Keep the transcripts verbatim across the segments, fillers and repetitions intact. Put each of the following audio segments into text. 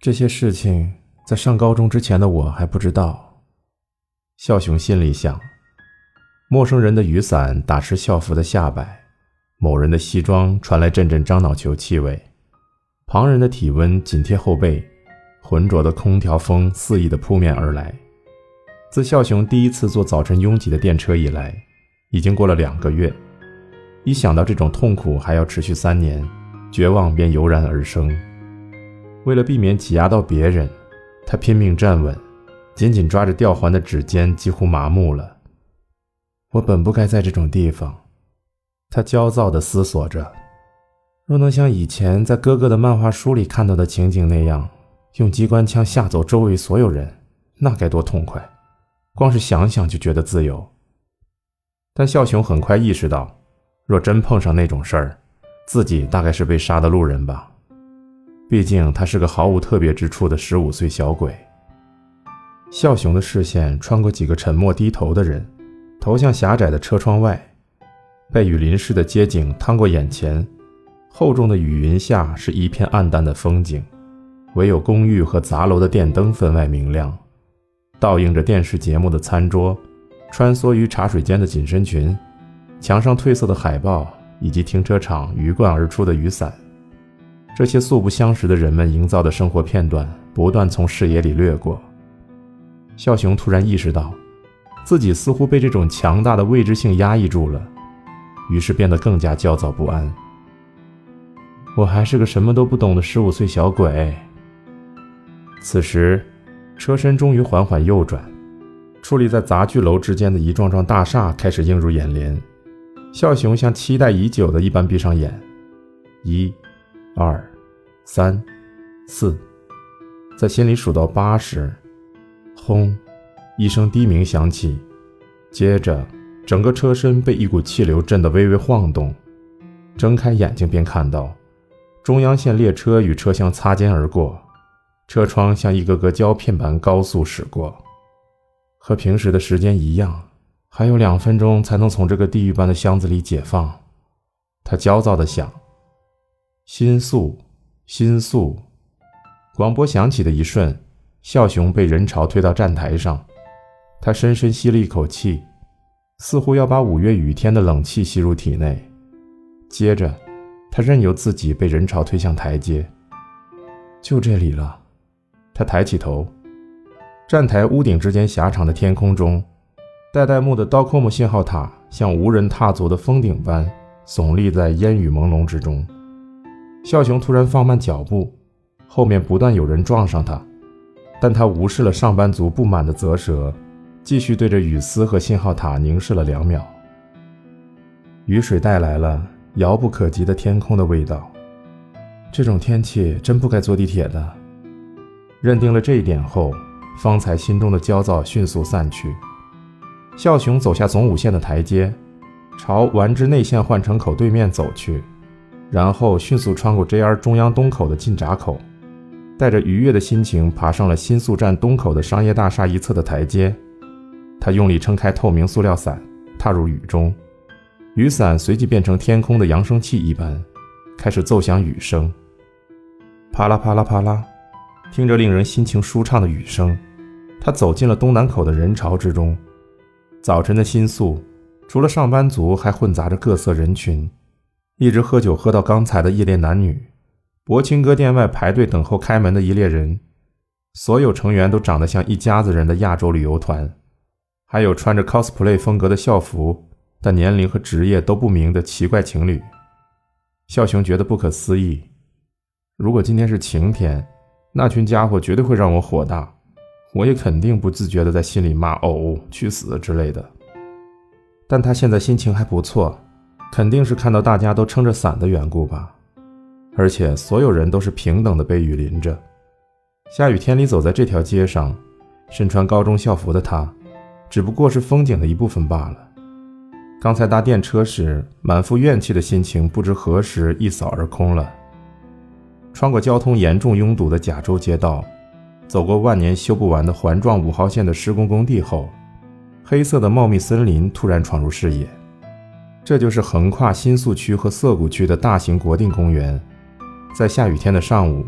这些事情在上高中之前的我还不知道。孝雄心里想，陌生人的雨伞打湿校服的下摆，某人的西装传来阵阵樟脑球气味，旁人的体温紧贴后背，浑浊的空调风肆意地扑面而来。自孝雄第一次坐早晨拥挤的电车以来，已经过了两个月。一想到这种痛苦还要持续三年，绝望便油然而生。为了避免挤压到别人，他拼命站稳，紧紧抓着吊环的指尖几乎麻木了。我本不该在这种地方，他焦躁地思索着。若能像以前在哥哥的漫画书里看到的情景那样，用机关枪吓走周围所有人，那该多痛快，光是想想就觉得自由。但孝雄很快意识到，若真碰上那种事儿，自己大概是被杀的路人吧。毕竟他是个毫无特别之处的十五岁小鬼。孝雄的视线穿过几个沉默低头的人，投向狭窄的车窗外。被雨淋湿的街景趟过眼前，厚重的雨云下是一片暗淡的风景，唯有公寓和杂楼的电灯分外明亮，倒映着电视节目的餐桌，穿梭于茶水间的紧身裙，墙上褪色的海报，以及停车场鱼贯而出的雨伞。这些素不相识的人们营造的生活片段不断从视野里掠过。孝雄突然意识到，自己似乎被这种强大的未知性压抑住了，于是变得更加焦躁不安。我还是个什么都不懂的十五岁小鬼。此时，车身终于缓缓右转，矗立在杂居楼之间的一幢幢大厦开始映入眼帘。孝雄像期待已久的一般闭上眼。一、二、三、四，在心里数到八时，轰，一声低鸣响起，接着整个车身被一股气流震得微微晃动。睁开眼睛便看到中央线列车与车厢擦肩而过，车窗像一个个胶片般高速驶过。和平时的时间一样，还有两分钟才能从这个地狱般的箱子里解放。他焦躁地想。新宿，新宿。广播响起的一瞬，孝雄被人潮推到站台上。他深深吸了一口气，似乎要把五月雨天的冷气吸入体内。接着他任由自己被人潮推向台阶。就这里了。他抬起头，站台屋顶之间狭长的天空中，代代木的刀科姆信号塔像无人踏足的峰顶般耸立在烟雨朦胧之中。孝雄突然放慢脚步，后面不断有人撞上他，但他无视了上班族不满的啧舌，继续对着雨丝和信号塔凝视了两秒。雨水带来了遥不可及的天空的味道。这种天气真不该坐地铁的。认定了这一点后，方才心中的焦躁迅速散去。孝雄走下总武线的台阶，朝丸之内线换乘口对面走去，然后迅速穿过 J R 中央东口的进闸口，带着愉悦的心情爬上了新宿站东口的商业大厦一侧的台阶。他用力撑开透明塑料伞，踏入雨中，雨伞随即变成天空的扬声器一般，开始奏响雨声。啪啦啪啦啪啦，听着令人心情舒畅的雨声，他走进了东南口的人潮之中。早晨的新宿，除了上班族，还混杂着各色人群，一直喝酒喝到刚才的夜店男女，博清歌店外排队等候开门的一列人，所有成员都长得像一家子人的亚洲旅游团，还有穿着 cosplay 风格的校服，但年龄和职业都不明的奇怪情侣。孝雄觉得不可思议，如果今天是晴天，那群家伙绝对会让我火大，我也肯定不自觉地在心里骂哦去死之类的。但他现在心情还不错，肯定是看到大家都撑着伞的缘故吧。而且所有人都是平等的被雨淋着。下雨天里走在这条街上，身穿高中校服的他，只不过是风景的一部分罢了。刚才搭电车时满腹怨气的心情不知何时一扫而空了。穿过交通严重拥堵的甲州街道，走过万年修不完的环状五号线的施工工地后，黑色的茂密森林突然闯入视野。这就是横跨新宿区和涩谷区的大型国定公园。在下雨天的上午，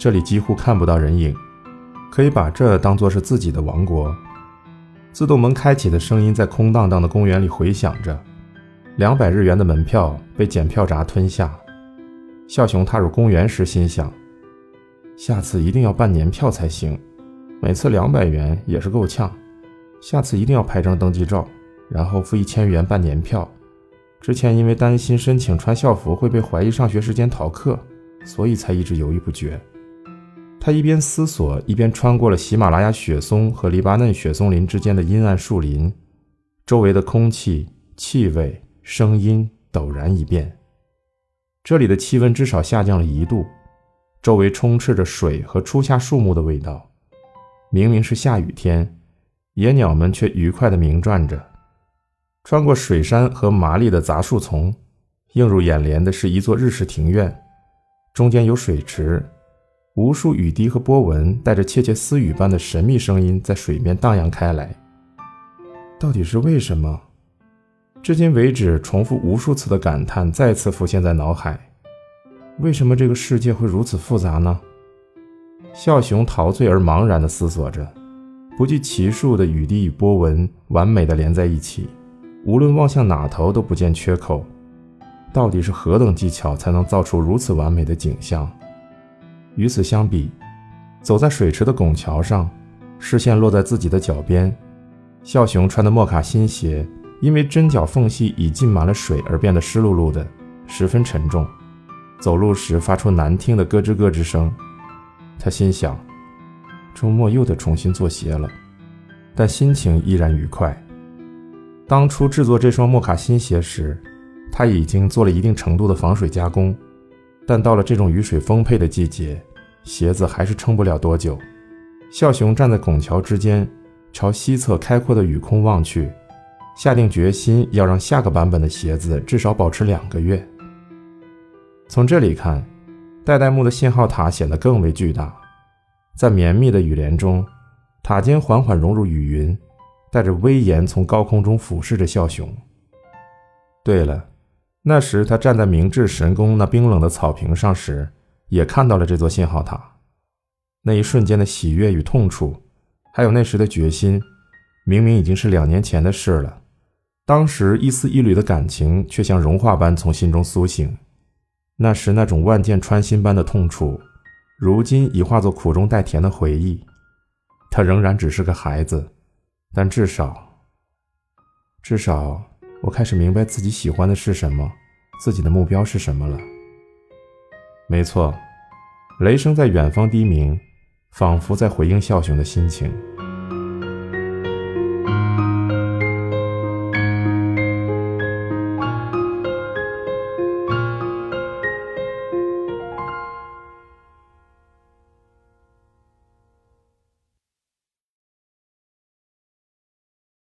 这里几乎看不到人影，可以把这当作是自己的王国。自动门开启的声音在空荡荡的公园里回响着，两百日元的门票被检票闸吞下。孝雄踏入公园时心想，下次一定要办年票才行，每次两百元也是够呛，下次一定要拍张登记照，然后付一千元办年票。之前因为担心申请穿校服会被怀疑上学时间逃课，所以才一直犹豫不决。他一边思索，一边穿过了喜马拉雅雪松和黎巴嫩雪松林之间的阴暗树林，周围的空气、气味、声音陡然一变。这里的气温至少下降了一度，周围充斥着水和初夏树木的味道。明明是下雨天，野鸟们却愉快地鸣转着。穿过水杉和麻栗的杂树丛，映入眼帘的是一座日式庭院，中间有水池，无数雨滴和波纹带着窃窃私语般的神秘声音在水面荡漾开来。到底是为什么？至今为止重复无数次的感叹再次浮现在脑海。为什么这个世界会如此复杂呢？孝雄陶醉而茫然地思索着，不计其数的雨滴与波纹完美地连在一起，无论望向哪头都不见缺口。到底是何等技巧才能造出如此完美的景象？与此相比，走在水池的拱桥上，视线落在自己的脚边，孝雄穿的莫卡新鞋因为针脚缝隙已浸满了水而变得湿漉漉的，十分沉重，走路时发出难听的咯吱咯吱声。他心想，周末又得重新做鞋了，但心情依然愉快。当初制作这双莫卡新鞋时，他已经做了一定程度的防水加工，但到了这种雨水丰沛的季节，鞋子还是撑不了多久。孝雄站在拱桥之间，朝西侧开阔的雨空望去，下定决心要让下个版本的鞋子至少保持两个月。从这里看，代代木的信号塔显得更为巨大，在绵密的雨帘中，塔尖缓缓融入雨云，带着威严从高空中俯视着孝雄。对了，那时他站在明治神宫那冰冷的草坪上时，也看到了这座信号塔。那一瞬间的喜悦与痛楚，还有那时的决心，明明已经是两年前的事了，当时一丝一缕的感情却像融化般从心中苏醒。那时那种万箭穿心般的痛楚，如今已化作苦中带甜的回忆。他仍然只是个孩子，但至少至少我开始明白自己喜欢的是什么，自己的目标是什么了。没错，雷声在远方低鸣，仿佛在回应孝雄的心情。